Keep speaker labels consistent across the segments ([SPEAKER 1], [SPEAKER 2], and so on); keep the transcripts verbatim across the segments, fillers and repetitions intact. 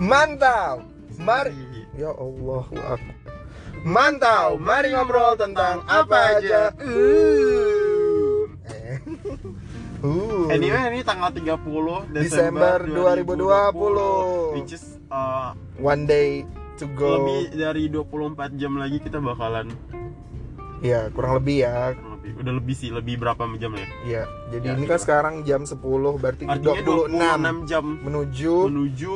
[SPEAKER 1] Mantap. Mari. Ya Allah, aku. Mantap. Mari ngobrol tentang apa aja. Uh.
[SPEAKER 2] Uh. Anyway, ini tanggal tiga puluh
[SPEAKER 1] Desember dua ribu dua puluh.
[SPEAKER 2] Which is uh,
[SPEAKER 1] one day to go.
[SPEAKER 2] Lebih dari dua puluh empat jam lagi kita bakalan.
[SPEAKER 1] Ya, kurang lebih ya.
[SPEAKER 2] Kurang lebih. Udah lebih sih, lebih berapa jam ya?
[SPEAKER 1] Iya. Jadi
[SPEAKER 2] ya,
[SPEAKER 1] ini
[SPEAKER 2] gila.
[SPEAKER 1] kan sekarang jam sepuluh, berarti
[SPEAKER 2] artinya
[SPEAKER 1] dua puluh enam
[SPEAKER 2] jam
[SPEAKER 1] menuju
[SPEAKER 2] menuju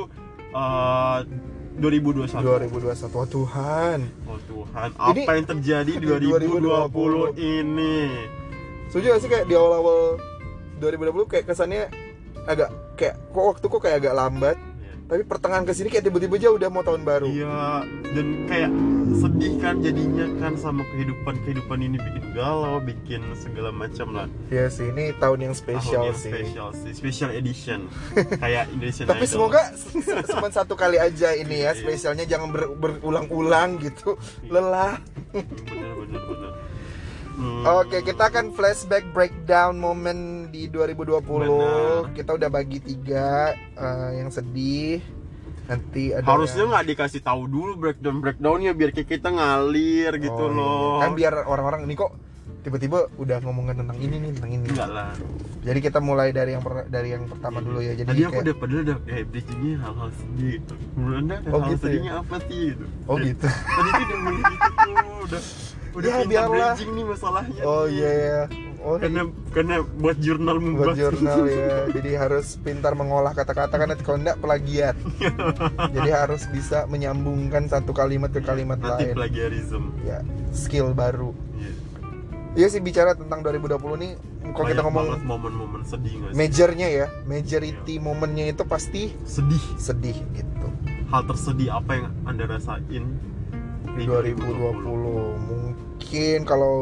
[SPEAKER 2] uh, dua ribu dua puluh satu.
[SPEAKER 1] dua ribu dua puluh satu. Oh Tuhan.
[SPEAKER 2] Oh Tuhan, apa
[SPEAKER 1] Ini
[SPEAKER 2] yang terjadi dua ribu dua puluh ini?
[SPEAKER 1] Setuju gak sih kayak di awal-awal dua ribu dua puluh kayak kesannya agak kayak kok waktu kok kayak agak lambat. Tapi pertengahan kesini kayak tiba-tiba aja udah mau tahun baru.
[SPEAKER 2] Iya, dan kayak sedih kan jadinya kan sama kehidupan-kehidupan ini, bikin galau, bikin segala macam lah.
[SPEAKER 1] Iya sih, ini tahun yang spesial
[SPEAKER 2] tahun yang
[SPEAKER 1] sih.
[SPEAKER 2] Special sih, special edition. Kayak Indonesian
[SPEAKER 1] Tapi
[SPEAKER 2] Idol.
[SPEAKER 1] semoga cuma satu kali aja ini ya
[SPEAKER 2] Iya.
[SPEAKER 1] spesialnya, jangan ber- berulang-ulang gitu. Lelah.
[SPEAKER 2] Bener-bener bener. Hmm.
[SPEAKER 1] Oke, kita akan flashback breakdown momen di dua ribu dua puluh.
[SPEAKER 2] Benar.
[SPEAKER 1] Kita udah bagi tiga, uh, yang sedih. Nanti ada
[SPEAKER 2] Harusnya
[SPEAKER 1] yang...
[SPEAKER 2] nggak dikasih tahu dulu breakdown breakdownnya biar kayak kita ngalir gitu
[SPEAKER 1] Oh, iya.
[SPEAKER 2] loh.
[SPEAKER 1] Kan biar orang-orang ini kok tiba-tiba udah ngomongin tentang ini nih, tentang ini.
[SPEAKER 2] Enggak lah.
[SPEAKER 1] Jadi kita mulai dari yang per- dari yang pertama dulu ya. Jadi
[SPEAKER 2] Tadi aku
[SPEAKER 1] kayak-
[SPEAKER 2] udah padahal udah kayak bridgingnya hal-hal sedih gitu. Menurut anda
[SPEAKER 1] Oh,
[SPEAKER 2] hal
[SPEAKER 1] gitu ya?
[SPEAKER 2] sedihnya apa sih gitu?
[SPEAKER 1] Oh gitu.
[SPEAKER 2] Tadi tuh udah mulai gitu tuh, udah udah
[SPEAKER 1] Ya,
[SPEAKER 2] pintar
[SPEAKER 1] biarlah.
[SPEAKER 2] bridging nih masalahnya.
[SPEAKER 1] Oh
[SPEAKER 2] nih.
[SPEAKER 1] iya ya. Oh,
[SPEAKER 2] Karena karena buat jurnal
[SPEAKER 1] buat
[SPEAKER 2] membahas.
[SPEAKER 1] jurnal ya. Jadi harus pintar mengolah kata-kata, kan nanti kalau enggak plagiat. Jadi harus bisa menyambungkan satu kalimat ke kalimat
[SPEAKER 2] Nanti
[SPEAKER 1] lain.
[SPEAKER 2] plagiarism.
[SPEAKER 1] Ya, skill baru.
[SPEAKER 2] Iya.
[SPEAKER 1] Iya sih, bicara tentang dua ribu dua puluh nih, kalau kita
[SPEAKER 2] Banyak
[SPEAKER 1] ngomong
[SPEAKER 2] banget momen-momen sedih nggak sih?
[SPEAKER 1] majornya ya, majority momennya itu pasti
[SPEAKER 2] Sedih.
[SPEAKER 1] sedih gitu.
[SPEAKER 2] Hal tersedih apa yang anda rasain
[SPEAKER 1] Di dua ribu dua puluh mungkin kalau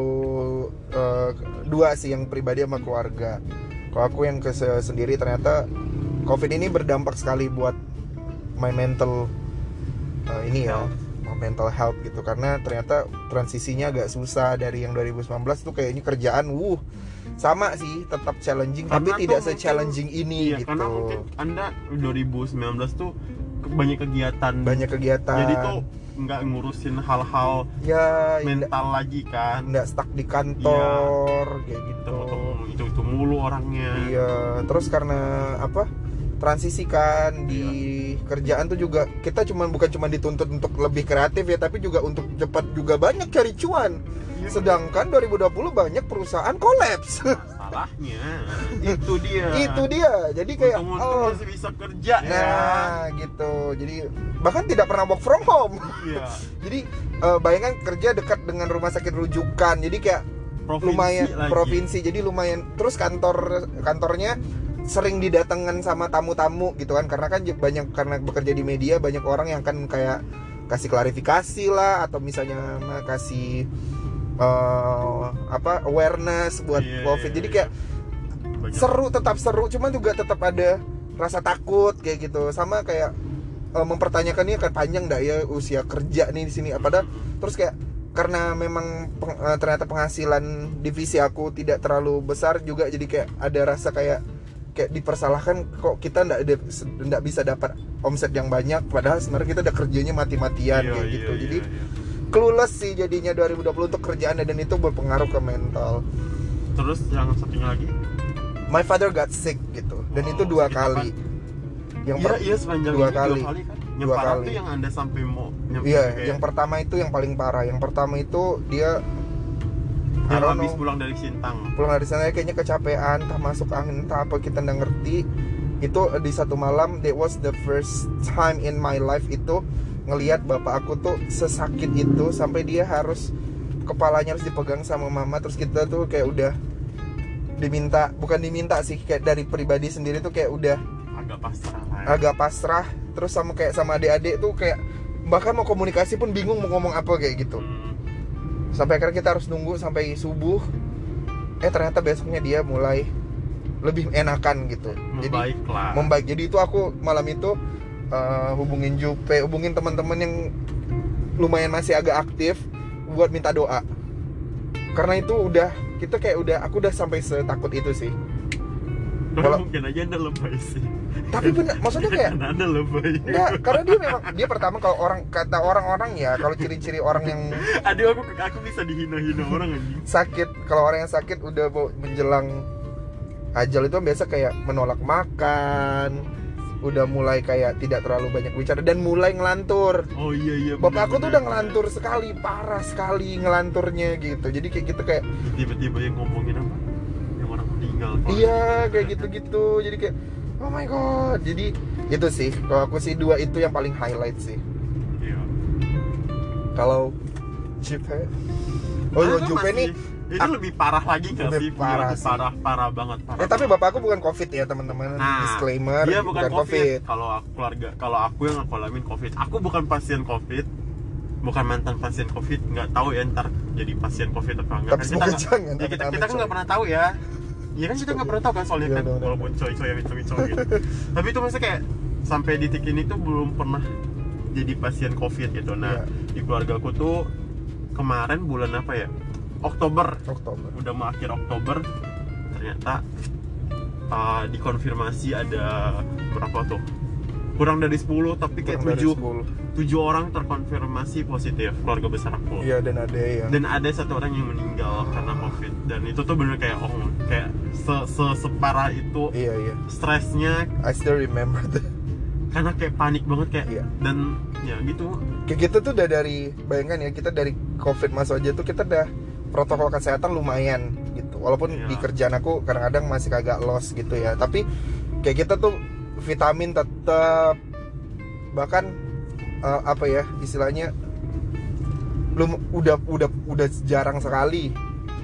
[SPEAKER 1] uh, dua sih, yang pribadi sama keluarga. Kalau aku yang ke sendiri, ternyata COVID ini berdampak sekali buat my mental uh, ini ya, mental health gitu, karena ternyata transisinya agak susah dari yang dua ribu sembilan belas tuh kayaknya kerjaan wuh sama sih, tetap challenging
[SPEAKER 2] Karena
[SPEAKER 1] tapi tidak
[SPEAKER 2] tuh
[SPEAKER 1] se-challenging
[SPEAKER 2] mungkin-
[SPEAKER 1] ini
[SPEAKER 2] iya,
[SPEAKER 1] gitu.
[SPEAKER 2] Karena mungkin anda dua ribu sembilan belas tuh banyak kegiatan.
[SPEAKER 1] Banyak kegiatan.
[SPEAKER 2] Jadi tuh nggak ngurusin hal-hal
[SPEAKER 1] ya
[SPEAKER 2] mental lagi kan.
[SPEAKER 1] nggak stuck di kantor kayak gitu.
[SPEAKER 2] Temu-temu itu-itu mulu orangnya.
[SPEAKER 1] Iya, terus karena apa? Transisi kan di kerjaan tuh juga kita cuman bukan cuma dituntut untuk lebih kreatif ya, tapi juga untuk cepat juga banyak cari cuan.
[SPEAKER 2] Iya.
[SPEAKER 1] Sedangkan dua ribu dua puluh banyak perusahaan kolaps.
[SPEAKER 2] Salahnya itu dia.
[SPEAKER 1] Itu dia. Jadi kayak
[SPEAKER 2] Untung-untung
[SPEAKER 1] oh,
[SPEAKER 2] masih bisa kerja ya.
[SPEAKER 1] nah gitu. Jadi bahkan tidak pernah work from home.
[SPEAKER 2] Iya.
[SPEAKER 1] Jadi eh, bayangkan kerja dekat dengan rumah sakit rujukan. Jadi kayak
[SPEAKER 2] Provinsi
[SPEAKER 1] lumayan
[SPEAKER 2] lagi.
[SPEAKER 1] provinsi. Jadi lumayan, terus kantor kantornya sering didatengin sama tamu-tamu gitu kan, karena kan banyak, karena bekerja di media banyak orang yang kan kayak kasih klarifikasi lah, atau misalnya kasih uh, apa awareness buat
[SPEAKER 2] Iya,
[SPEAKER 1] COVID.
[SPEAKER 2] iya,
[SPEAKER 1] Jadi
[SPEAKER 2] iya.
[SPEAKER 1] kayak
[SPEAKER 2] Banyak.
[SPEAKER 1] seru, tetap seru, cuman juga tetap ada rasa takut kayak gitu, sama kayak uh, mempertanyakan ini akan panjang nggak ya usia kerja nih di sini. Padahal terus kayak karena memang peng, uh, ternyata penghasilan divisi aku tidak terlalu besar juga, jadi kayak ada rasa kayak kayak dipersalahkan, kok kita nggak nggak bisa dapat omset yang banyak padahal sebenarnya kita udah kerjanya mati-matian
[SPEAKER 2] Iya,
[SPEAKER 1] kayak
[SPEAKER 2] iya,
[SPEAKER 1] gitu.
[SPEAKER 2] iya,
[SPEAKER 1] Jadi
[SPEAKER 2] iya.
[SPEAKER 1] clueless sih jadinya dua ribu dua puluh untuk kerjaan, dan itu berpengaruh ke mental.
[SPEAKER 2] Terus yang satunya lagi?
[SPEAKER 1] My father got sick gitu, dan
[SPEAKER 2] Oh,
[SPEAKER 1] itu dua
[SPEAKER 2] sakit
[SPEAKER 1] kali. Yang
[SPEAKER 2] Iya,
[SPEAKER 1] per-
[SPEAKER 2] iya sepanjang
[SPEAKER 1] dua
[SPEAKER 2] ini
[SPEAKER 1] kali.
[SPEAKER 2] dua kali kan. Yang
[SPEAKER 1] Dua
[SPEAKER 2] parah
[SPEAKER 1] kali.
[SPEAKER 2] tuh yang anda sampai mau nyampe
[SPEAKER 1] Iya,
[SPEAKER 2] kayak
[SPEAKER 1] yang pertama itu yang paling parah. Yang pertama itu dia I
[SPEAKER 2] yang
[SPEAKER 1] don't
[SPEAKER 2] habis
[SPEAKER 1] know,
[SPEAKER 2] pulang dari Sintang.
[SPEAKER 1] pulang dari sana kayaknya kecapean, entah masuk angin, entah apa, kita nggak ngerti. Itu di satu malam, that was the first time in my life itu ngelihat bapak aku tuh sesakit itu, sampai dia harus, kepalanya harus dipegang sama mama. Terus kita tuh kayak udah diminta, bukan diminta sih, kayak dari pribadi sendiri tuh kayak udah
[SPEAKER 2] Agak pasrah lah ya.
[SPEAKER 1] agak pasrah. Terus sama kayak sama adik-adik tuh kayak bahkan mau komunikasi pun bingung mau ngomong apa kayak gitu.
[SPEAKER 2] Hmm.
[SPEAKER 1] Sampai akhirnya kita harus nunggu sampai subuh. Eh ternyata besoknya dia mulai lebih enakan gitu. Jadi
[SPEAKER 2] Membaik lah.
[SPEAKER 1] membaik. Jadi itu aku malam itu uh, hubungin Jupe, hubungin teman-teman yang lumayan masih agak aktif buat minta doa. Karena itu udah, kita kayak udah, aku udah sampai setakut itu sih.
[SPEAKER 2] Kalau
[SPEAKER 1] Walau-
[SPEAKER 2] mungkin aja anda lebay sih.
[SPEAKER 1] Tapi bener, maksudnya kayak
[SPEAKER 2] Karena anda lebay.
[SPEAKER 1] enggak, karena dia memang dia pertama kalau orang kata orang-orang ya, kalau ciri-ciri orang yang
[SPEAKER 2] Aduh, aku aku bisa dihina-hina orang anjing.
[SPEAKER 1] sakit, kalau orang yang sakit udah mau menjelang ajal itu biasa kayak menolak makan, udah mulai kayak tidak terlalu banyak bicara dan mulai ngelantur.
[SPEAKER 2] Oh iya iya.
[SPEAKER 1] Bapak aku tuh
[SPEAKER 2] bener-bener.
[SPEAKER 1] udah ngelantur sekali, parah sekali ngelanturnya gitu. Jadi kayak gitu kayak
[SPEAKER 2] Tiba-tiba yang ngomongin apa? Yang orang meninggal. Pak.
[SPEAKER 1] iya kayak gitu-gitu. Jadi kayak oh my god. Jadi itu sih kalau aku sih dua itu yang paling highlight sih.
[SPEAKER 2] Iya.
[SPEAKER 1] Kalau Jupe, oh
[SPEAKER 2] Nah,
[SPEAKER 1] Jupe
[SPEAKER 2] masih-
[SPEAKER 1] nih.
[SPEAKER 2] ini
[SPEAKER 1] ah,
[SPEAKER 2] lebih parah lagi nggak
[SPEAKER 1] lebih
[SPEAKER 2] sih?
[SPEAKER 1] parah
[SPEAKER 2] Lebih
[SPEAKER 1] sih.
[SPEAKER 2] parah parah banget. Parah
[SPEAKER 1] Eh tapi
[SPEAKER 2] banget.
[SPEAKER 1] bapak aku bukan covid ya teman-teman.
[SPEAKER 2] Nah,
[SPEAKER 1] Disclaimer,
[SPEAKER 2] dia bukan, COVID. Kalau aku keluarga, kalau aku yang aku alamin COVID. Aku bukan pasien COVID, bukan mantan pasien COVID. Nggak tahu ya ntar jadi pasien COVID apa enggak.
[SPEAKER 1] Tapi
[SPEAKER 2] Kan
[SPEAKER 1] semoga
[SPEAKER 2] nggak-
[SPEAKER 1] jangan,
[SPEAKER 2] ya, kita
[SPEAKER 1] amit-amit,
[SPEAKER 2] kita kan nggak
[SPEAKER 1] coy.
[SPEAKER 2] pernah tahu ya. Iya kan kita nggak pernah tahu kan soalnya
[SPEAKER 1] Iya,
[SPEAKER 2] kan,
[SPEAKER 1] udah, udah,
[SPEAKER 2] walaupun coy-coy coy coy gitu. Tapi itu maksudnya kayak sampai di titik ini tuh belum pernah jadi pasien COVID gitu. Nah,
[SPEAKER 1] Iya.
[SPEAKER 2] di keluarga aku tuh kemarin bulan apa ya? Oktober.
[SPEAKER 1] Oktober.
[SPEAKER 2] Udah mau akhir Oktober ternyata uh, dikonfirmasi ada berapa tuh? Kurang dari sepuluh tapi kayak
[SPEAKER 1] Kurang dari
[SPEAKER 2] tujuh
[SPEAKER 1] sepuluh.
[SPEAKER 2] tujuh orang terkonfirmasi positif keluarga besar aku.
[SPEAKER 1] Iya dan ada yang
[SPEAKER 2] Dan ada satu orang yang meninggal karena COVID. Dan itu tuh bener kayak oh kayak se, se separah itu
[SPEAKER 1] iya iya.
[SPEAKER 2] stresnya
[SPEAKER 1] I still remember that.
[SPEAKER 2] karena kayak panik banget kayak
[SPEAKER 1] Iya.
[SPEAKER 2] dan ya gitu.
[SPEAKER 1] Kayak kita tuh udah dari bayangkan ya kita dari COVID masuk aja tuh kita udah protokol kesehatan lumayan gitu. Walaupun
[SPEAKER 2] Iya.
[SPEAKER 1] di kerjaan aku kadang-kadang masih kagak lost gitu ya. Tapi kayak kita tuh vitamin tetap bahkan eh, apa ya istilahnya belum udah udah udah jarang sekali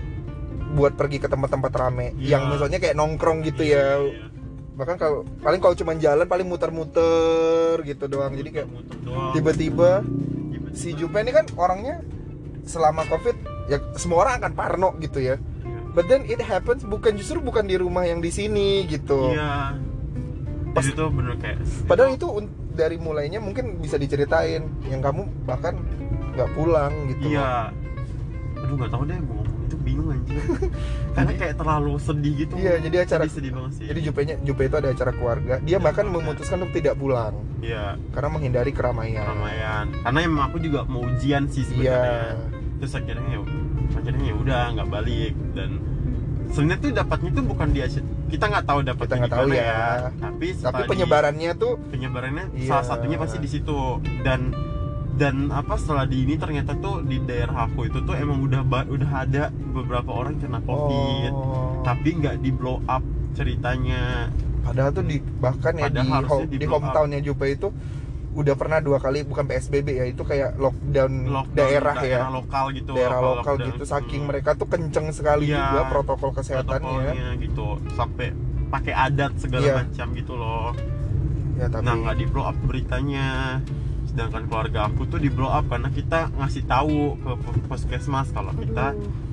[SPEAKER 1] buat pergi ke tempat-tempat rame
[SPEAKER 2] Iya.
[SPEAKER 1] yang misalnya kayak nongkrong gitu
[SPEAKER 2] Iya,
[SPEAKER 1] ya.
[SPEAKER 2] iya.
[SPEAKER 1] Bahkan kalau paling kalau cuma jalan paling muter-muter gitu doang. Jadi kayak
[SPEAKER 2] Muter-muter doang.
[SPEAKER 1] tiba-tiba
[SPEAKER 2] Tiba-tiba.
[SPEAKER 1] si Jupe ini kan orangnya selama COVID ya semua orang akan parno gitu ya.
[SPEAKER 2] Iya.
[SPEAKER 1] But then it happens bukan justru bukan di rumah yang di sini gitu.
[SPEAKER 2] Iya.
[SPEAKER 1] Pas-
[SPEAKER 2] Jadi itu bener kayak
[SPEAKER 1] Padahal itu un- dari mulainya mungkin bisa diceritain yang kamu bahkan nggak pulang gitu.
[SPEAKER 2] iya. Aduh nggak tahu deh mau ngomong itu bingung anjir. Karena kayak terlalu sedih gitu.
[SPEAKER 1] Iya, jadi acara
[SPEAKER 2] sedih, sedih banget sih.
[SPEAKER 1] jadi Jupe-nya Jupe itu ada acara keluarga. Dia
[SPEAKER 2] Ada
[SPEAKER 1] bahkan
[SPEAKER 2] keluarga.
[SPEAKER 1] memutuskan untuk tidak pulang
[SPEAKER 2] Iya,
[SPEAKER 1] karena menghindari keramaian.
[SPEAKER 2] keramaian. Karena emang aku juga mau ujian sih sebenarnya.
[SPEAKER 1] Iya.
[SPEAKER 2] Terus akhirnya ya akhirnya ya udah nggak balik dan sebenarnya tuh dapatnya tuh bukan di Asia. Kita nggak tahu dapatnya
[SPEAKER 1] Kita nggak tahu
[SPEAKER 2] di mana
[SPEAKER 1] ya.
[SPEAKER 2] Tapi
[SPEAKER 1] Tapi
[SPEAKER 2] setelah di-
[SPEAKER 1] penyebarannya tuh
[SPEAKER 2] penyebarannya
[SPEAKER 1] Iya.
[SPEAKER 2] salah satunya pasti di situ dan dan apa setelah di ini ternyata tuh di daerah aku itu tuh emang udah ba- udah ada beberapa orang kena COVID
[SPEAKER 1] oh,
[SPEAKER 2] tapi nggak di blow up ceritanya.
[SPEAKER 1] padahal tuh di bahkan ya di,
[SPEAKER 2] Padahal harusnya
[SPEAKER 1] ho-
[SPEAKER 2] di
[SPEAKER 1] di
[SPEAKER 2] blow up.
[SPEAKER 1] hometownnya Jupe itu udah pernah dua kali bukan P S B B ya itu kayak lockdown,
[SPEAKER 2] Lockdown
[SPEAKER 1] daerah, ya
[SPEAKER 2] lokal gitu
[SPEAKER 1] daerah
[SPEAKER 2] lokal
[SPEAKER 1] lokal
[SPEAKER 2] lockdown.
[SPEAKER 1] gitu saking
[SPEAKER 2] Hmm.
[SPEAKER 1] mereka tuh kenceng sekali
[SPEAKER 2] Iya,
[SPEAKER 1] juga protokol kesehatannya
[SPEAKER 2] protokolnya gitu sampai pakai adat segala
[SPEAKER 1] Iya.
[SPEAKER 2] macam gitu loh.
[SPEAKER 1] ya tapi
[SPEAKER 2] Nah nggak di blow up beritanya, sedangkan keluarga aku tuh di blow up karena kita ngasih tahu ke puskesmas kalau kita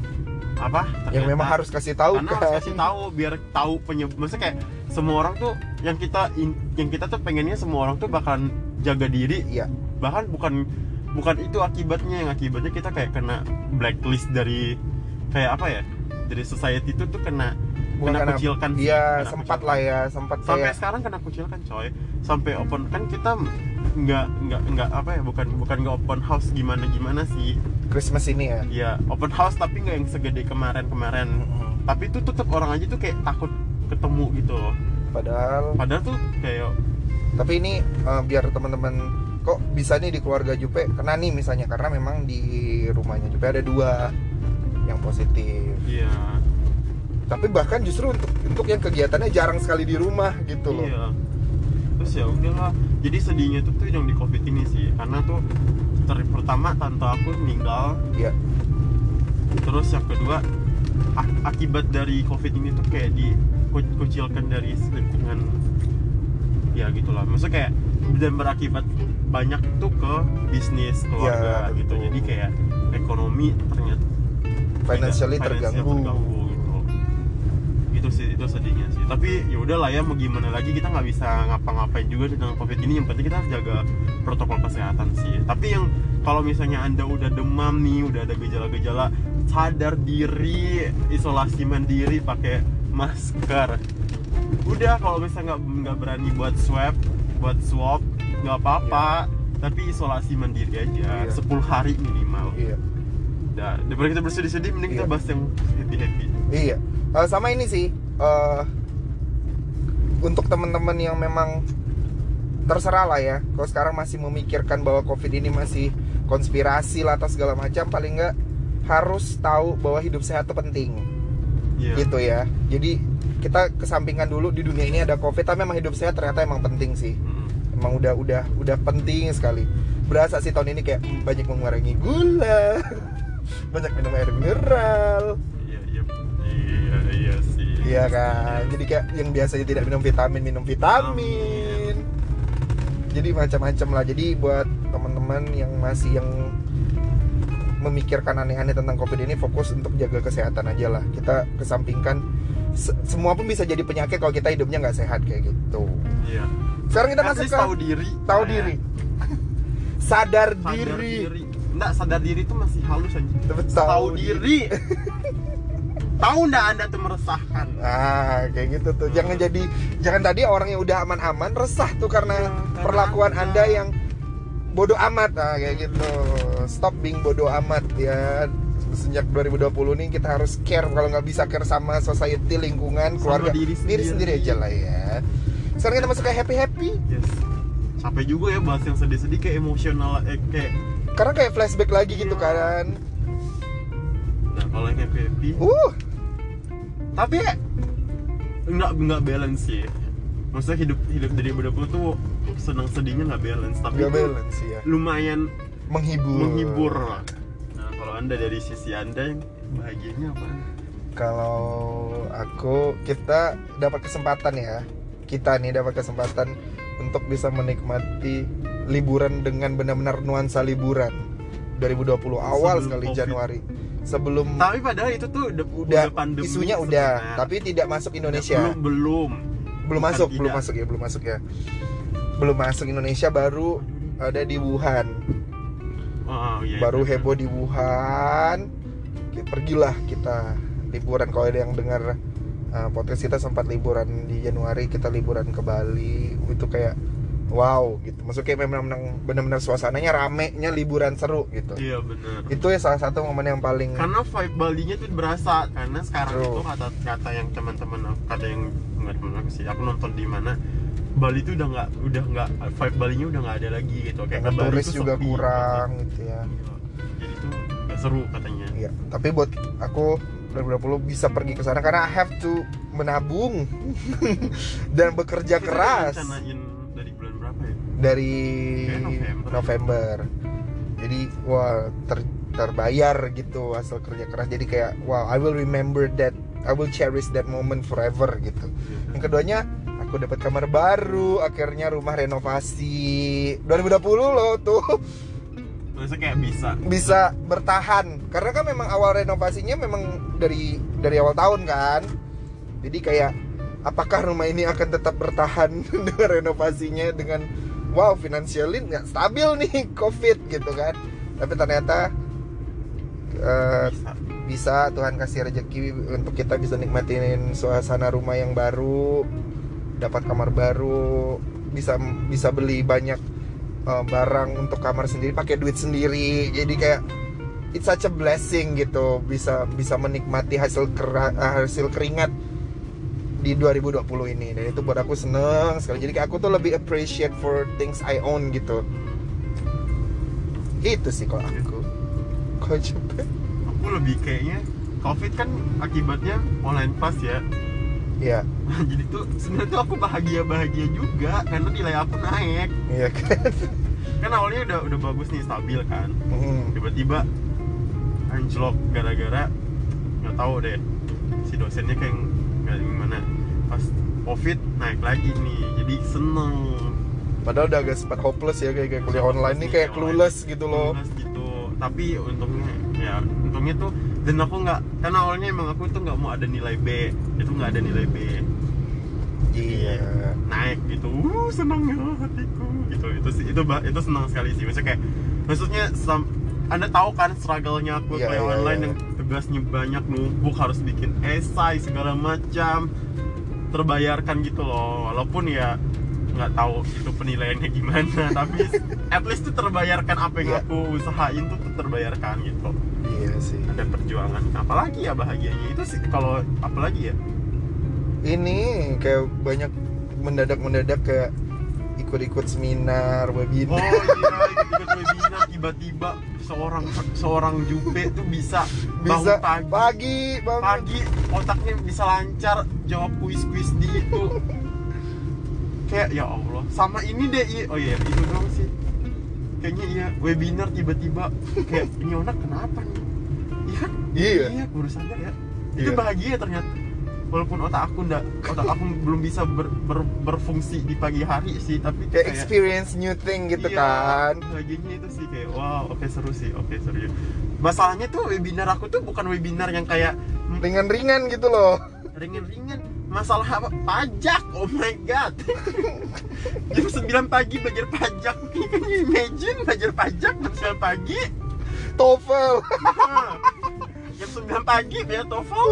[SPEAKER 2] apa
[SPEAKER 1] yang
[SPEAKER 2] ternyata-
[SPEAKER 1] memang harus kasih tahu
[SPEAKER 2] karena
[SPEAKER 1] kan
[SPEAKER 2] harus kasih tahu biar tahu penyebab. Maksudnya kayak semua orang tuh yang kita in- yang kita tuh pengennya semua orang tuh bakalan jaga diri.
[SPEAKER 1] Iya.
[SPEAKER 2] Bahkan bukan bukan itu akibatnya, yang akibatnya kita kayak kena blacklist dari kayak apa ya, dari society itu tuh kena
[SPEAKER 1] bukan
[SPEAKER 2] kena
[SPEAKER 1] karena
[SPEAKER 2] kucilkan sih,
[SPEAKER 1] iya
[SPEAKER 2] kena
[SPEAKER 1] sempat
[SPEAKER 2] kucilkan.
[SPEAKER 1] lah ya sempat
[SPEAKER 2] Sampai
[SPEAKER 1] kayak
[SPEAKER 2] sekarang kena kucilkan coy, sampai open kan kita nggak nggak nggak apa ya, bukan bukan nggak open house gimana gimana sih
[SPEAKER 1] Christmas ini ya
[SPEAKER 2] ya, open house tapi nggak yang segede kemarin kemarin.
[SPEAKER 1] Mm-mm.
[SPEAKER 2] Tapi itu tetap orang aja tuh kayak takut ketemu gitu loh.
[SPEAKER 1] padahal
[SPEAKER 2] Padahal tuh kayak
[SPEAKER 1] tapi ini eh, biar teman-teman kok bisa nih di keluarga Jupe kena nih misalnya karena memang di rumahnya Jupe ada dua yang positif.
[SPEAKER 2] iya
[SPEAKER 1] Tapi bahkan justru untuk untuk yang kegiatannya jarang sekali di rumah gitu loh.
[SPEAKER 2] iya. Terus ya udahlah. Jadi sedihnya tuh tuh yang di COVID ini sih, karena tuh ter- pertama tante aku meninggal.
[SPEAKER 1] Iya.
[SPEAKER 2] Terus yang kedua ak- akibat dari COVID ini tuh kayak dikucilkan dari lingkungan. Ya gitulah. Maksudnya kayak dan berakibat banyak tuh ke bisnis keluarga
[SPEAKER 1] Ya,
[SPEAKER 2] gitu.
[SPEAKER 1] betul.
[SPEAKER 2] Jadi kayak ekonomi ternyata
[SPEAKER 1] Financially
[SPEAKER 2] tidak- financial
[SPEAKER 1] terganggu.
[SPEAKER 2] terganggu gitu. Itu sih, itu sedihnya sih. Tapi ya udahlah ya, mau gimana lagi, kita nggak bisa ngapa-ngapain juga dengan COVID ini. Yang penting kita harus jaga protokol kesehatan sih. Tapi yang kalau misalnya Anda udah demam nih, udah ada gejala-gejala, sadar diri, isolasi mandiri, pakai masker. udah kalau misalnya nggak nggak berani buat swab buat swab nggak apa-apa, tapi isolasi mandiri aja. Iya. sepuluh hari minimal.
[SPEAKER 1] Iya.
[SPEAKER 2] Nah, daripada kita bersedih-sedih, mending iya. kita bahas yang happy-happy.
[SPEAKER 1] Iya. Uh, sama ini sih, uh, untuk teman-teman yang memang terserah lah ya, kalau sekarang masih memikirkan bahwa COVID ini masih konspirasi lah atau segala macam, paling nggak harus tahu bahwa hidup sehat itu penting. Yeah. Gitu ya. Jadi kita kesampingkan dulu di dunia ini ada COVID, tapi memang hidup sehat ternyata emang penting sih. Mm. Emang udah udah udah penting sekali. Berasa sih tahun ini kayak banyak mengurangi gula, banyak minum air mineral.
[SPEAKER 2] Iya iya iya iya sih.
[SPEAKER 1] Iya kan. Jadi kayak yang biasanya tidak minum vitamin minum vitamin. Amin. Jadi macam-macam lah. Jadi buat teman-teman yang masih yang memikirkan aneh-aneh tentang COVID ini, fokus untuk jaga kesehatan aja lah. Kita kesampingkan se- semua pun bisa jadi penyakit kalau kita hidupnya nggak sehat kayak gitu.
[SPEAKER 2] Iya.
[SPEAKER 1] Sekarang kita
[SPEAKER 2] At
[SPEAKER 1] masuk ke
[SPEAKER 2] tahu diri.
[SPEAKER 1] Tahu
[SPEAKER 2] nah,
[SPEAKER 1] diri. Sadar,
[SPEAKER 2] sadar
[SPEAKER 1] diri.
[SPEAKER 2] diri. Enggak, sadar diri itu masih halus aja.
[SPEAKER 1] Tahu,
[SPEAKER 2] tahu diri. Tahu nggak Anda tuh meresahkan?
[SPEAKER 1] Ah, kayak gitu tuh. Jangan jadi, jangan tadi orang yang udah aman-aman resah tuh karena ya, perlakuan anda. anda yang bodoh amat. Ah, kayak gitu. Stop being bodoh amat ya. Sejak dua ribu dua puluh nih kita harus care. Kalau nggak bisa care sama society, lingkungan, keluarga,
[SPEAKER 2] diri sendiri.
[SPEAKER 1] diri sendiri aja lah ya. Sekarang kita masuk ke happy-happy.
[SPEAKER 2] Yes. Capek juga ya bahas yang sedih-sedih, kayak emosional, eh, kayak
[SPEAKER 1] karena kayak flashback lagi gitu kan.
[SPEAKER 2] Nah, kalau yang happy-happy
[SPEAKER 1] Uh
[SPEAKER 2] tapi nggak nggak balance sih. Maksudnya hidup hidup dari dua ribu dua puluh tuh senang sedihnya nggak balance, tapi
[SPEAKER 1] nggak balance ya.
[SPEAKER 2] Lumayan
[SPEAKER 1] menghibur.
[SPEAKER 2] Menghibur. Nah, kalau Anda dari sisi Anda yang bahagianya apa?
[SPEAKER 1] Kalau aku, kita dapat kesempatan ya. Kita nih dapat kesempatan untuk bisa menikmati liburan dengan benar-benar nuansa liburan dua ribu dua puluh awal
[SPEAKER 2] sebelum
[SPEAKER 1] sekali
[SPEAKER 2] COVID.
[SPEAKER 1] Januari. Sebelum
[SPEAKER 2] tapi padahal itu tuh udah,
[SPEAKER 1] udah,
[SPEAKER 2] udah pandemi
[SPEAKER 1] isunya
[SPEAKER 2] sebenarnya.
[SPEAKER 1] udah, tapi tidak masuk Indonesia.
[SPEAKER 2] Belum belum.
[SPEAKER 1] Belum
[SPEAKER 2] Bukan
[SPEAKER 1] masuk,
[SPEAKER 2] tidak.
[SPEAKER 1] belum masuk ya, belum masuk ya. Belum masuk Indonesia, baru ada di Wuhan.
[SPEAKER 2] Oh, iya,
[SPEAKER 1] baru
[SPEAKER 2] iya.
[SPEAKER 1] heboh di Wuhan. Pergilah kita liburan. Kalau ada yang dengar uh, podcast kita, sempat liburan di Januari, kita liburan ke Bali. Itu kayak wow gitu. Maksudnya kayak memang benar-benar suasananya ramenya liburan seru gitu.
[SPEAKER 2] Iya benar.
[SPEAKER 1] Itu ya salah satu momen yang paling.
[SPEAKER 2] Karena vibe Balinya tuh berasa. Karena sekarang
[SPEAKER 1] True.
[SPEAKER 2] itu kata kata yang teman-teman, kata yang nggak teman aku sih. Aku nonton di mana, Bali tuh udah nggak udah nggak vibe Balinya udah nggak ada lagi gitu. Kayak
[SPEAKER 1] Karena
[SPEAKER 2] Bali
[SPEAKER 1] turis
[SPEAKER 2] tuh
[SPEAKER 1] juga
[SPEAKER 2] sepi,
[SPEAKER 1] kurang gitu ya.
[SPEAKER 2] Jadi tuh nggak seru katanya.
[SPEAKER 1] Iya. Tapi buat aku dua ribu dua puluh bisa pergi ke sana karena I have to menabung dan bekerja
[SPEAKER 2] Kita
[SPEAKER 1] keras.
[SPEAKER 2] rencanain dari bulan berapa ya?
[SPEAKER 1] Dari
[SPEAKER 2] November.
[SPEAKER 1] November. Jadi wah ter, terbayar gitu hasil kerja keras. Jadi kayak wow, I will remember that, I will cherish that moment forever gitu. Yang keduanya, aku dapat kamar baru, akhirnya rumah renovasi. dua ribu dua puluh loh tuh.
[SPEAKER 2] Maksudnya kayak bisa
[SPEAKER 1] Bisa bertahan karena kan memang awal renovasinya memang dari dari awal tahun kan. Jadi kayak apakah rumah ini akan tetap bertahan dengan renovasinya, dengan wow finansialin nggak stabil nih COVID gitu kan. Tapi ternyata uh,
[SPEAKER 2] bisa.
[SPEAKER 1] bisa Tuhan kasih rezeki untuk kita bisa nikmatin suasana rumah yang baru, dapat kamar baru, bisa bisa beli banyak uh, barang untuk kamar sendiri pakai duit sendiri. Jadi kayak it's such a blessing gitu, bisa bisa menikmati hasil kera, hasil keringat di dua ribu dua puluh ini. Dan itu buat aku seneng sekali. Jadi kayak aku tuh lebih appreciate for things I own gitu. Itu sih kalau aku. Kok cepet?
[SPEAKER 2] Aku lebih kayaknya COVID kan akibatnya online pass ya.
[SPEAKER 1] Iya.
[SPEAKER 2] Jadi tuh sebenarnya tuh aku bahagia-bahagia juga karena nilai aku naik.
[SPEAKER 1] Iya kan.
[SPEAKER 2] Kan awalnya udah udah bagus nih, stabil kan.
[SPEAKER 1] Hmm.
[SPEAKER 2] Tiba-tiba anjlok gara-gara nggak tahu deh si dosennya kayak nggak gimana. Pas COVID naik lagi nih, jadi seneng.
[SPEAKER 1] Padahal udah agak sempat hopeless ya, kayak, kayak kuliah
[SPEAKER 2] Hopeless
[SPEAKER 1] online nih
[SPEAKER 2] nih,
[SPEAKER 1] kayak
[SPEAKER 2] online.
[SPEAKER 1] clueless gitu loh.
[SPEAKER 2] Clueless gitu. Tapi untungnya ya untungnya tuh, dan aku nggak, karena awalnya emang aku tuh nggak mau ada nilai B, itu nggak ada nilai B.
[SPEAKER 1] Iya.
[SPEAKER 2] Naik gitu, uh senang ya hatiku gitu. Itu sih itu bah- itu senang sekali sih. Maksudnya kayak maksudnya sam- Anda tahu kan struggle-nya aku
[SPEAKER 1] Iya,
[SPEAKER 2] kuliah
[SPEAKER 1] iya,
[SPEAKER 2] online
[SPEAKER 1] iya.
[SPEAKER 2] yang tugasnya banyak, numpuk, harus bikin esai segala macam. terbayarkan gitu loh, walaupun ya nggak tahu itu penilaiannya gimana tapi at least tuh terbayarkan apa yang
[SPEAKER 1] Iya.
[SPEAKER 2] aku usahain tuh, tuh terbayarkan gitu.
[SPEAKER 1] Iya sih.
[SPEAKER 2] Ada perjuangan, apalagi ya bahagianya itu sih. Kalau apalagi ya
[SPEAKER 1] Ini kayak banyak mendadak-mendadak kayak ikut-ikut seminar,
[SPEAKER 2] oh
[SPEAKER 1] webinar.
[SPEAKER 2] iya ikut webinar tiba-tiba seorang seorang Jupe tuh bisa
[SPEAKER 1] Bisa
[SPEAKER 2] bangun pagi
[SPEAKER 1] pagi bangun.
[SPEAKER 2] pagi otaknya bisa lancar jawab kuis-kuis di itu. Kayak ya Allah, sama ini deh iya. Oh iya itu doang sih kayaknya. Iya webinar tiba-tiba kayak ini anak kenapa nih. Iya kan?
[SPEAKER 1] Iya.
[SPEAKER 2] Iya baru sadar ya. Itu
[SPEAKER 1] Iya.
[SPEAKER 2] bahagia ternyata, walaupun otak aku ndak otak aku belum bisa ber, ber- berfungsi di pagi hari sih, tapi
[SPEAKER 1] Kayak experience new thing gitu
[SPEAKER 2] iya,
[SPEAKER 1] kan.
[SPEAKER 2] bahagianya itu sih kayak wow, oke seru sih, oke seru. Masalahnya tuh webinar aku tuh bukan webinar yang kayak hmm,
[SPEAKER 1] Ringan-ringan gitu loh.
[SPEAKER 2] ringan-ringan. Masalah apa? Pajak. Oh my god. Jam sembilan pagi belajar pajak. Can you imagine belajar pajak jam sembilan pagi?
[SPEAKER 1] TOEFL.
[SPEAKER 2] Jam sembilan pagi belajar TOEFL.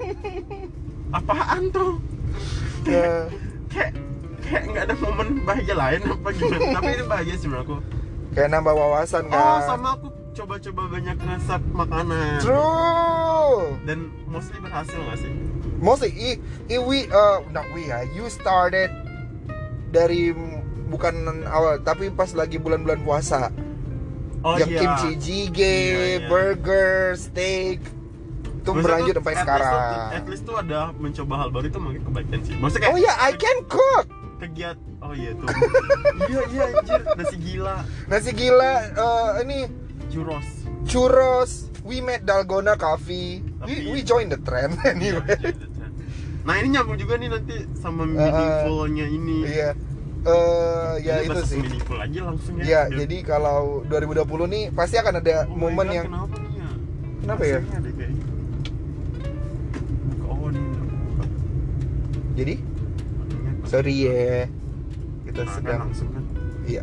[SPEAKER 2] Apaan tuh?
[SPEAKER 1] Ya,
[SPEAKER 2] Kayak kayak nggak ada momen bahagia lain apa gimana? Tapi itu bahagia sih menurut aku.
[SPEAKER 1] kayak nambah wawasan kan.
[SPEAKER 2] Oh, sama aku coba-coba banyak resep makanan.
[SPEAKER 1] True.
[SPEAKER 2] Dan mostly berhasil nggak sih?
[SPEAKER 1] Mostly i, i we uh not we ya. You started dari bukan awal tapi pas lagi bulan-bulan puasa.
[SPEAKER 2] Oh
[SPEAKER 1] yang
[SPEAKER 2] iya.
[SPEAKER 1] kimchi jjigae,
[SPEAKER 2] Iya, iya.
[SPEAKER 1] burger, steak itu
[SPEAKER 2] Maksudnya
[SPEAKER 1] berlanjut
[SPEAKER 2] tuh,
[SPEAKER 1] sampai
[SPEAKER 2] at least
[SPEAKER 1] sekarang.
[SPEAKER 2] tuh- At least tuh ada mencoba hal baru itu mungkin kebaikan sih. Maksudnya kayak
[SPEAKER 1] Oh ya, I can cook.
[SPEAKER 2] kegiatan. Oh iya tuh. Iya iya anjir, nasi gila,
[SPEAKER 1] Nasi gila, eh, ini
[SPEAKER 2] churros.
[SPEAKER 1] churros. We met Dalgona Coffee.
[SPEAKER 2] Tapi-
[SPEAKER 1] We, we join the trend
[SPEAKER 2] Iya,
[SPEAKER 1] anyway.
[SPEAKER 2] Nah ini nyambung juga nih nanti sama
[SPEAKER 1] Uh,
[SPEAKER 2] meaningful-nya ini.
[SPEAKER 1] Iya. Eh ya
[SPEAKER 2] Jadi
[SPEAKER 1] itu
[SPEAKER 2] bahas
[SPEAKER 1] sih.
[SPEAKER 2] meaningful aja langsung ya.
[SPEAKER 1] Iya,
[SPEAKER 2] Dan-
[SPEAKER 1] jadi kalau dua ribu dua puluh nih pasti akan ada
[SPEAKER 2] Oh my
[SPEAKER 1] momen
[SPEAKER 2] God,
[SPEAKER 1] yang
[SPEAKER 2] kenapa nih ya?
[SPEAKER 1] Kenapa ya?
[SPEAKER 2] Rasanya deh kayaknya. Oh ini udah.
[SPEAKER 1] jadi
[SPEAKER 2] Makanya pas-
[SPEAKER 1] sorry ya. Kita
[SPEAKER 2] Nah, kan
[SPEAKER 1] sedang
[SPEAKER 2] langsung kan.
[SPEAKER 1] iya.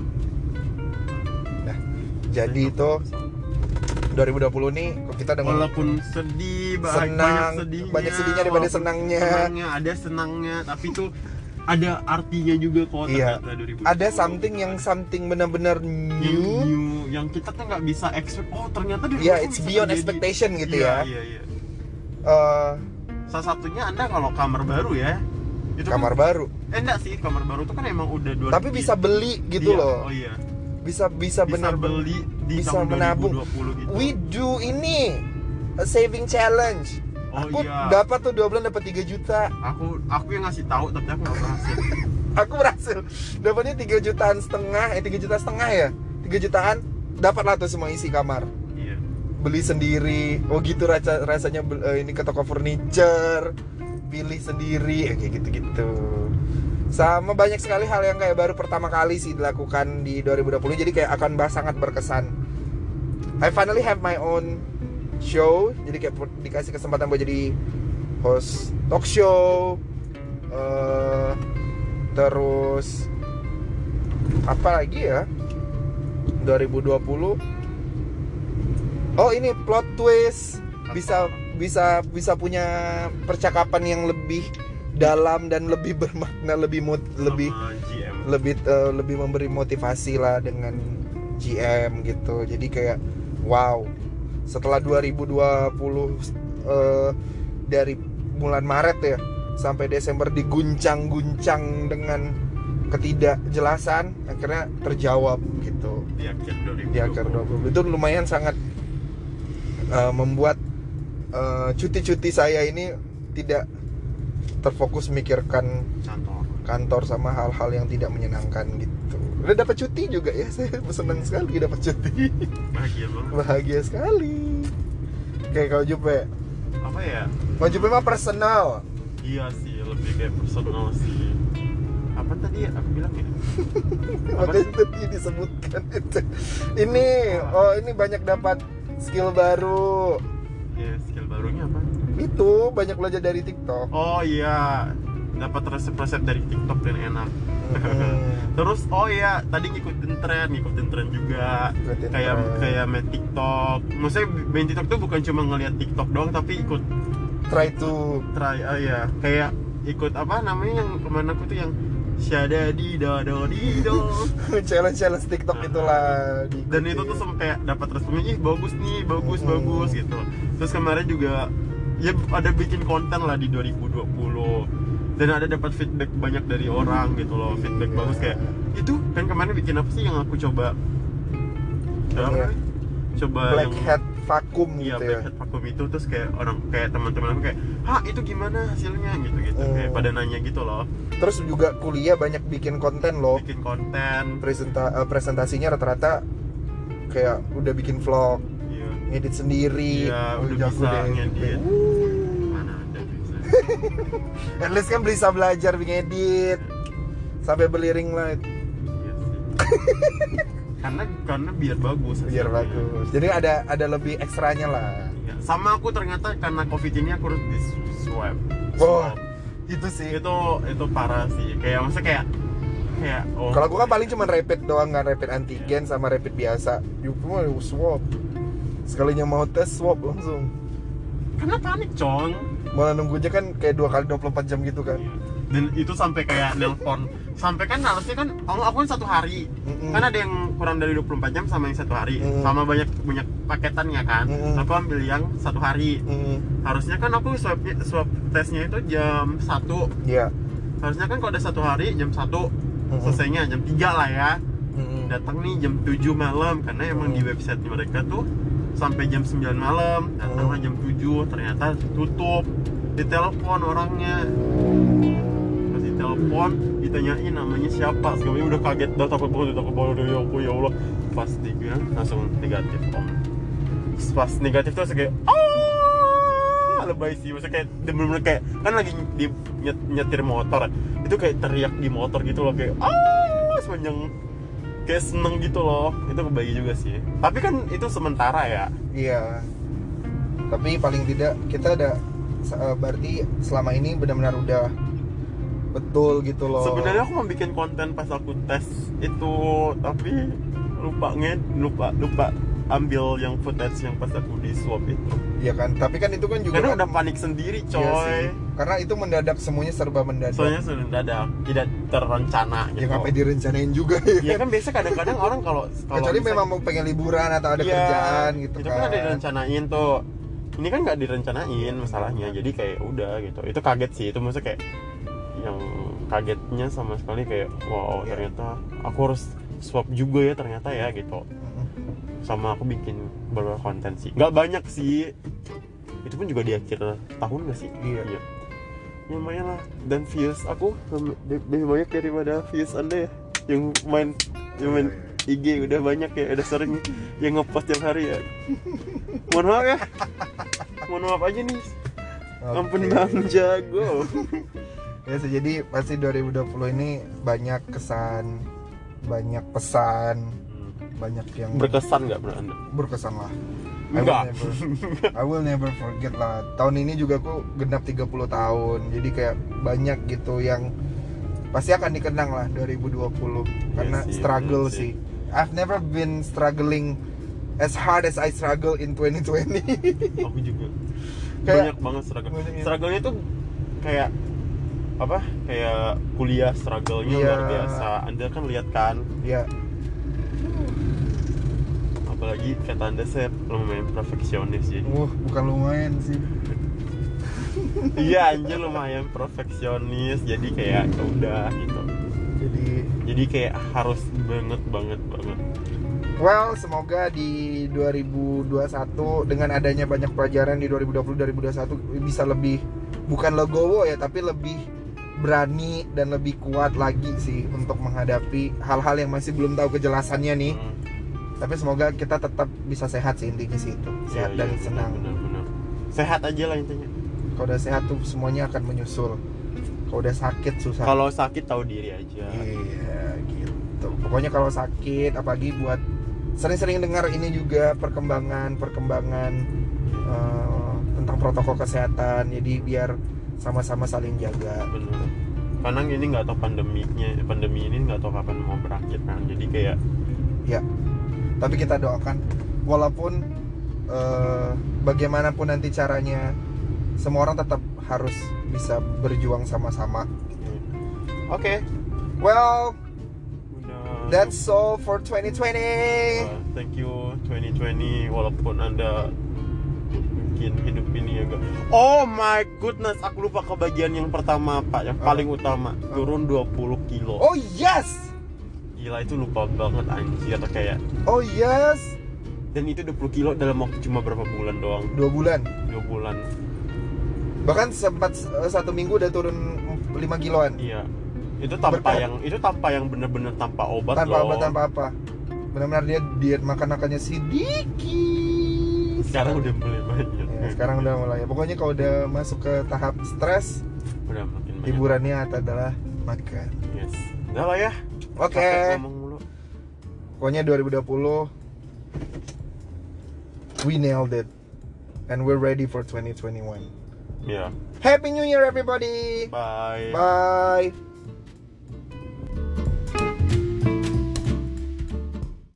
[SPEAKER 1] Nah, jadi itu dua ribu dua puluh nih kok kita dengan
[SPEAKER 2] Walaupun sedih, bah-
[SPEAKER 1] senang,
[SPEAKER 2] banyak sedihnya,
[SPEAKER 1] banyak sedihnya daripada
[SPEAKER 2] walaupun
[SPEAKER 1] senangnya.
[SPEAKER 2] senangnya, ada senangnya, tapi tuh ada artinya juga kok
[SPEAKER 1] Iya.
[SPEAKER 2] ternyata dua ribu dua puluh.
[SPEAKER 1] ada something yang something benar-benar
[SPEAKER 2] yang
[SPEAKER 1] new.
[SPEAKER 2] new, yang kita tuh nggak bisa expect. Oh ternyata dua ribu dua puluh
[SPEAKER 1] Iya, it's
[SPEAKER 2] bisa
[SPEAKER 1] beyond
[SPEAKER 2] terjadi.
[SPEAKER 1] expectation gitu
[SPEAKER 2] Iya,
[SPEAKER 1] ya.
[SPEAKER 2] Iya iya.
[SPEAKER 1] Eh,
[SPEAKER 2] Salah satunya Anda kalau kamar baru ya. Itu
[SPEAKER 1] kamar
[SPEAKER 2] kan,
[SPEAKER 1] baru.
[SPEAKER 2] eh enggak sih, kamar baru tuh kan emang udah dua
[SPEAKER 1] Tapi bisa beli gitu
[SPEAKER 2] Iya,
[SPEAKER 1] loh.
[SPEAKER 2] Oh iya.
[SPEAKER 1] Bisa bisa
[SPEAKER 2] Bisa
[SPEAKER 1] benar
[SPEAKER 2] beli di
[SPEAKER 1] bisa
[SPEAKER 2] tahun
[SPEAKER 1] menabung.
[SPEAKER 2] dua ribu dua puluh gitu.
[SPEAKER 1] We do ini a saving challenge.
[SPEAKER 2] Oh
[SPEAKER 1] Aku
[SPEAKER 2] iya.
[SPEAKER 1] dapat tuh dua bulan dapat tiga juta.
[SPEAKER 2] Aku aku yang ngasih tahu tapi aku nggak berhasil.
[SPEAKER 1] Aku berhasil. Dapatnya tiga jutaan setengah, eh tiga juta setengah ya. tiga jutaan dapatlah tuh semua isi kamar.
[SPEAKER 2] Iya.
[SPEAKER 1] Beli sendiri. Oh gitu rasa rasanya bel- eh, ini ke toko furniture, pilih sendiri, eh, kayak gitu-gitu. Sama banyak sekali hal yang kayak baru pertama kali sih dilakukan di dua ribu dua puluh. Jadi kayak akan bah- sangat berkesan. I finally have my own show. Jadi kayak per- dikasih kesempatan buat jadi host talk show. Eh, terus apa lagi ya? dua ribu dua puluh. Oh, ini plot twist. Bisa bisa bisa punya percakapan yang lebih dalam dan lebih bermakna, lebih mot, lebih
[SPEAKER 2] Sama G M.
[SPEAKER 1] lebih eh, lebih memberi motivasi lah dengan G M gitu. Jadi kayak wow, setelah dua ribu dua puluh eh, dari bulan Maret ya sampai Desember diguncang-guncang dengan ketidakjelasan, akhirnya terjawab gitu
[SPEAKER 2] Di akhir dua ribu dua puluh.
[SPEAKER 1] di akhir dua puluh. Itu lumayan sangat eh, membuat eh, cuti-cuti saya ini tidak terfokus memikirkan
[SPEAKER 2] Kantor.
[SPEAKER 1] kantor sama hal-hal yang tidak menyenangkan gitu. Udah dapat cuti juga ya, saya senang sekali dapat cuti.
[SPEAKER 2] Bahagia banget.
[SPEAKER 1] Bahagia sekali. Kayak kau Jupe.
[SPEAKER 2] Apa ya?
[SPEAKER 1] Kau Jupe mah personal.
[SPEAKER 2] Iya sih, lebih kayak personal sih. Apa tadi ya? Aku bilang ya? Apa
[SPEAKER 1] Makanya
[SPEAKER 2] sih?
[SPEAKER 1] tadi disebutkan itu. Ini, oh ini banyak dapat skill baru.
[SPEAKER 2] Ya, skill barunya apa?
[SPEAKER 1] Itu banyak belajar dari TikTok.
[SPEAKER 2] Oh iya, dapat resep-resep dari TikTok dan enak.
[SPEAKER 1] Hmm.
[SPEAKER 2] Terus oh iya, tadi ngikutin tren, ngikutin tren juga.
[SPEAKER 1] Ngikutin
[SPEAKER 2] kayak
[SPEAKER 1] tren.
[SPEAKER 2] kayak main TikTok. Maksudnya main TikTok tuh bukan cuma ngeliat TikTok doang, tapi ikut
[SPEAKER 1] Try to
[SPEAKER 2] try. Oh iya, kayak ikut apa namanya yang kemana aku tuh yang syada di do do di do
[SPEAKER 1] challenge challenge TikTok
[SPEAKER 2] Nah,
[SPEAKER 1] itulah
[SPEAKER 2] dan itu tuh sampai dapat responnya ih bagus nih bagus
[SPEAKER 1] Hmm.
[SPEAKER 2] bagus gitu. Terus kemarin juga ya ada bikin konten lah di dua ribu dua puluh dan ada dapat feedback banyak dari orang gitu loh, feedback
[SPEAKER 1] Iya.
[SPEAKER 2] bagus kayak itu kan kemarin bikin apa sih yang aku coba coba
[SPEAKER 1] Iya.
[SPEAKER 2] apa? coba
[SPEAKER 1] black
[SPEAKER 2] yang
[SPEAKER 1] hat vakum
[SPEAKER 2] iya
[SPEAKER 1] gitu
[SPEAKER 2] black
[SPEAKER 1] ya.
[SPEAKER 2] hat vacuum itu. Terus kayak orang kayak teman-teman aku kayak ah itu gimana hasilnya gitu gitu
[SPEAKER 1] Hmm.
[SPEAKER 2] kayak pada nanya gitu loh,
[SPEAKER 1] Terus juga kuliah banyak bikin konten loh.
[SPEAKER 2] bikin konten.
[SPEAKER 1] Presenta eh, presentasinya rata-rata kayak udah bikin vlog,
[SPEAKER 2] Iya.
[SPEAKER 1] ngedit sendiri.
[SPEAKER 2] Iya,
[SPEAKER 1] Oh,
[SPEAKER 2] udah
[SPEAKER 1] jago
[SPEAKER 2] bisa
[SPEAKER 1] deh.
[SPEAKER 2] ngedit.
[SPEAKER 1] Wuh.
[SPEAKER 2] Mana ada bisa.
[SPEAKER 1] At least kan bisa belajar ngedit sampai beli ring light
[SPEAKER 2] Iya sih. karena karena biar bagus
[SPEAKER 1] biar
[SPEAKER 2] hasilnya.
[SPEAKER 1] bagus. Jadi ada ada lebih ekstranya lah.
[SPEAKER 2] Iya. Sama aku ternyata karena covid ini aku harus di swab.
[SPEAKER 1] Oh,
[SPEAKER 2] Swab.
[SPEAKER 1] itu sih.
[SPEAKER 2] Itu itu parah sih. Kayak maksudnya kayak kayak oh.
[SPEAKER 1] Kalau gua kan paling cuma rapid doang, nggak rapid antigen sama rapid biasa. Yuk mah swab. Sekalinya mau tes swab langsung.
[SPEAKER 2] Karena panik, Cong.
[SPEAKER 1] Malah nunggunya kan kayak dua kali dua puluh empat jam gitu kan.
[SPEAKER 2] Dan itu sampai kayak nelpon. Sampai kan harusnya kan aku aku kan satu hari.
[SPEAKER 1] Mm-mm.
[SPEAKER 2] Kan ada yang kurang dari dua puluh empat jam sama yang satu hari.
[SPEAKER 1] Mm.
[SPEAKER 2] Sama banyak banyak paketannya kan.
[SPEAKER 1] Mm-mm.
[SPEAKER 2] Aku ambil yang satu hari.
[SPEAKER 1] Hmm,
[SPEAKER 2] Harusnya kan aku swab swab tesnya itu jam satu.
[SPEAKER 1] iya.
[SPEAKER 2] Harusnya kan kalau ada satu hari jam satu,
[SPEAKER 1] Mm-mm.
[SPEAKER 2] selesainya jam tiga lah ya.
[SPEAKER 1] Mm-mm.
[SPEAKER 2] Datang nih jam tujuh malam karena emang di website mereka tuh sampai jam sembilan malam. Datanglah jam tujuh, ternyata tutup. Ditelepon orangnya. Pas ditelepon, ditanyain namanya siapa. Segalanya udah kaget, udah takut banget, takut banget ya Allah, ya Allah. Pas dibilang langsung negatif om. Terus pas negatif tuh kayak ah lebay sih, maksudnya kayak bener-bener kayak kan lagi di nyet- nyetir motor, itu kayak teriak di motor gitu loh kayak ah sepanjang kayak seneng gitu loh. Itu kebayi juga sih. Tapi kan itu sementara ya.
[SPEAKER 1] Iya. Tapi paling tidak kita ada eh, berarti selama ini benar-benar udah betul gitu loh.
[SPEAKER 2] Sebenarnya aku mau bikin konten pas aku tes itu, tapi lupa nged, lupa lupa ambil yang footage yang pas aku di swab itu.
[SPEAKER 1] Iya kan. Tapi kan itu kan juga
[SPEAKER 2] Karena
[SPEAKER 1] kan-
[SPEAKER 2] udah panik sendiri,
[SPEAKER 1] Iya
[SPEAKER 2] coy.
[SPEAKER 1] sih. Karena itu mendadak, semuanya serba mendadak.
[SPEAKER 2] Soalnya sudah mendadak, tidak terencana
[SPEAKER 1] Ya
[SPEAKER 2] gitu.
[SPEAKER 1] ngapain direncanain juga ya.
[SPEAKER 2] Ya kan biasa kadang-kadang orang kalau kalau
[SPEAKER 1] Kecuali
[SPEAKER 2] bisa-
[SPEAKER 1] memang mau pengen liburan atau ada
[SPEAKER 2] Iya,
[SPEAKER 1] kerjaan gitu
[SPEAKER 2] itu
[SPEAKER 1] kan.
[SPEAKER 2] kan ada direncanain tuh. Ini kan nggak direncanain masalahnya, jadi kayak udah gitu. Itu kaget sih, itu maksudnya kayak yang kagetnya sama sekali kayak wow
[SPEAKER 1] Iya.
[SPEAKER 2] ternyata aku harus swab juga ya ternyata ya gitu.
[SPEAKER 1] Mm-mm.
[SPEAKER 2] Sama aku bikin beberapa konten sih, nggak banyak sih. Itu pun juga di akhir tahun nggak sih?
[SPEAKER 1] Iya.
[SPEAKER 2] Ya, lumayan lah. Dan views aku lebih banyak daripada views anda ya, yang main yang main I G udah banyak ya, udah sering yang ngepost tiap hari ya. Mohon maaf ya, mohon maaf aja nih. Ampun
[SPEAKER 1] Oke.
[SPEAKER 2] Bang Jago.
[SPEAKER 1] Ya sih, jadi pasti dua ribu dua puluh ini banyak kesan, banyak pesan, banyak yang
[SPEAKER 2] Berkesan nggak menurut anda?
[SPEAKER 1] berkesan lah. I will
[SPEAKER 2] Enggak.
[SPEAKER 1] never, I will never forget lah. Tahun ini juga aku genap tiga puluh tahun. Jadi kayak banyak gitu yang pasti akan dikenang lah dua ribu dua puluh karena
[SPEAKER 2] sih,
[SPEAKER 1] struggle
[SPEAKER 2] bener sih.
[SPEAKER 1] sih. I've never been struggling as hard as I struggle in twenty twenty.
[SPEAKER 2] Aku juga.
[SPEAKER 1] Kayak-
[SPEAKER 2] Banyak banget struggle.
[SPEAKER 1] banyak ya.
[SPEAKER 2] Struggle-nya tuh kayak apa? Kayak kuliah struggle-nya
[SPEAKER 1] Iya.
[SPEAKER 2] luar biasa. Anda kan lihat kan,
[SPEAKER 1] Ya,
[SPEAKER 2] apalagi kata anda saya lumayan perfeksionis jadi.
[SPEAKER 1] wah bukan lumayan sih.
[SPEAKER 2] Iya anjir lumayan perfeksionis, jadi kayak ya udah gitu.
[SPEAKER 1] Jadi
[SPEAKER 2] Jadi kayak harus banget banget banget.
[SPEAKER 1] well, semoga di dua ribu dua puluh satu dengan adanya banyak pelajaran di dua ribu dua puluh dua ribu dua puluh satu bisa lebih, bukan legowo ya, tapi lebih berani dan lebih kuat lagi sih untuk menghadapi hal-hal yang masih belum tahu kejelasannya nih.
[SPEAKER 2] Hmm.
[SPEAKER 1] Tapi semoga kita tetap bisa sehat sih, intinya sih itu. Sehat
[SPEAKER 2] Iya,
[SPEAKER 1] dan
[SPEAKER 2] iya,
[SPEAKER 1] senang.
[SPEAKER 2] benar-benar. Sehat aja lah intinya.
[SPEAKER 1] Kalau udah sehat tuh semuanya akan menyusul. Kalau udah sakit susah.
[SPEAKER 2] Kalau sakit tahu diri aja.
[SPEAKER 1] Iya gitu. Pokoknya kalau sakit, apalagi buat sering-sering dengar ini juga perkembangan perkembangan eh, tentang protokol kesehatan. Jadi biar sama-sama saling jaga.
[SPEAKER 2] Benar. Karena ini nggak tahu pandeminya, pandemi ini nggak tahu kapan mau berakhir kan. Jadi kayak
[SPEAKER 1] Ya. Tapi kita doakan, walaupun eh, bagaimanapun nanti caranya, semua orang tetap harus bisa berjuang sama-sama.
[SPEAKER 2] Oke.
[SPEAKER 1] Well,
[SPEAKER 2] Udah.
[SPEAKER 1] that's all for twenty twenty.
[SPEAKER 2] Uh, thank you twenty twenty, walaupun Anda mungkin hidup ini agak. Oh my goodness, aku lupa ke bagian yang pertama Pak, yang paling utama, turun dua puluh kilo.
[SPEAKER 1] Oh yes.
[SPEAKER 2] Gila, itu lupa banget anjir kayak.
[SPEAKER 1] Oh yes.
[SPEAKER 2] Dan itu dua puluh kilo dalam waktu cuma berapa bulan doang?
[SPEAKER 1] Dua bulan.
[SPEAKER 2] Dua bulan.
[SPEAKER 1] Bahkan sempat uh, satu minggu udah turun lima kiloan.
[SPEAKER 2] Iya. Itu tanpa
[SPEAKER 1] Berkat.
[SPEAKER 2] yang itu tanpa yang bener-bener tanpa obat
[SPEAKER 1] Tanpa
[SPEAKER 2] loh.
[SPEAKER 1] obat, tanpa apa. Benar-benar dia diet makan-makannya sedikit.
[SPEAKER 2] Sekarang udah mulai banyak.
[SPEAKER 1] Ya, sekarang udah mulai. Pokoknya kalau udah masuk ke tahap stres,
[SPEAKER 2] Udah makin banyak.
[SPEAKER 1] hiburannya adalah makan.
[SPEAKER 2] Yes. Udah lah ya.
[SPEAKER 1] Oke.
[SPEAKER 2] Capek ngomong mulu.
[SPEAKER 1] Pokoknya dua ribu dua puluh we nailed it and we're ready for twenty twenty-one.
[SPEAKER 2] Ya.
[SPEAKER 1] Happy New Year everybody.
[SPEAKER 2] Bye.
[SPEAKER 1] Bye.